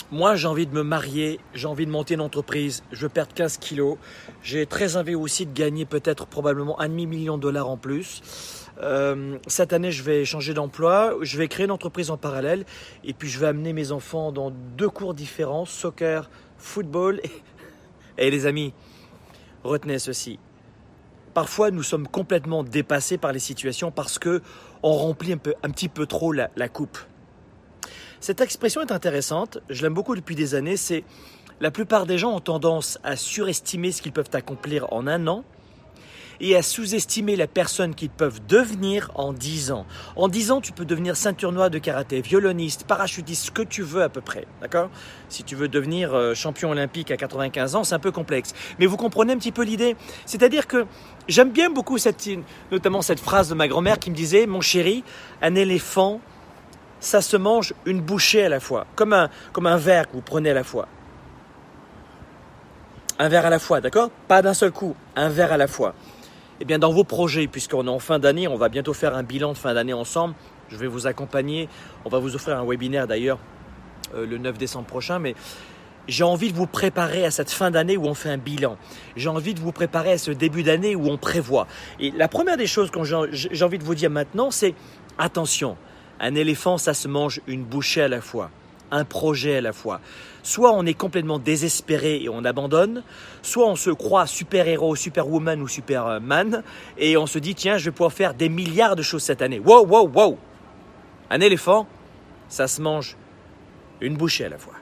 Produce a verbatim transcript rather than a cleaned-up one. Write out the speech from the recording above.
Moi, j'ai envie de me marier, j'ai envie de monter une entreprise, je veux perdre quinze kilos. J'ai très envie aussi de gagner peut-être probablement un demi-million de dollars en plus. Euh, cette année, je vais changer d'emploi, je vais créer une entreprise en parallèle et puis je vais amener mes enfants dans deux cours différents, soccer, football. Et, et les amis, retenez ceci. Parfois, nous sommes complètement dépassés par les situations parce que on remplit un, peu, un petit peu trop la, la coupe. Cette expression est intéressante, je l'aime beaucoup depuis des années, c'est la plupart des gens ont tendance à surestimer ce qu'ils peuvent accomplir en un an et à sous-estimer la personne qu'ils peuvent devenir en dix ans. En dix ans, tu peux devenir ceinture noire de karaté, violoniste, parachutiste, ce que tu veux à peu près, d'accord ? Si tu veux devenir champion olympique à quatre-vingt-quinze ans, c'est un peu complexe. Mais vous comprenez un petit peu l'idée ? C'est-à-dire que j'aime bien beaucoup cette, notamment cette phrase de ma grand-mère qui me disait « Mon chéri, un éléphant, ça se mange une bouchée à la fois, comme un, comme un verre que vous prenez à la fois. Un verre à la fois, d'accord ? Pas d'un seul coup, un verre à la fois. Eh bien, dans vos projets, puisqu'on est en fin d'année, on va bientôt faire un bilan de fin d'année ensemble. Je vais vous accompagner. On va vous offrir un webinaire d'ailleurs euh, le neuf décembre prochain. Mais j'ai envie de vous préparer à cette fin d'année où on fait un bilan. J'ai envie de vous préparer à ce début d'année où on prévoit. Et la première des choses que j'ai envie de vous dire maintenant, c'est attention. Un éléphant, ça se mange une bouchée à la fois, un projet à la fois. Soit on est complètement désespéré et on abandonne, soit on se croit super-héros, superwoman ou superman et on se dit tiens, je vais pouvoir faire des milliards de choses cette année. Wow, wow, wow! Un éléphant, ça se mange une bouchée à la fois.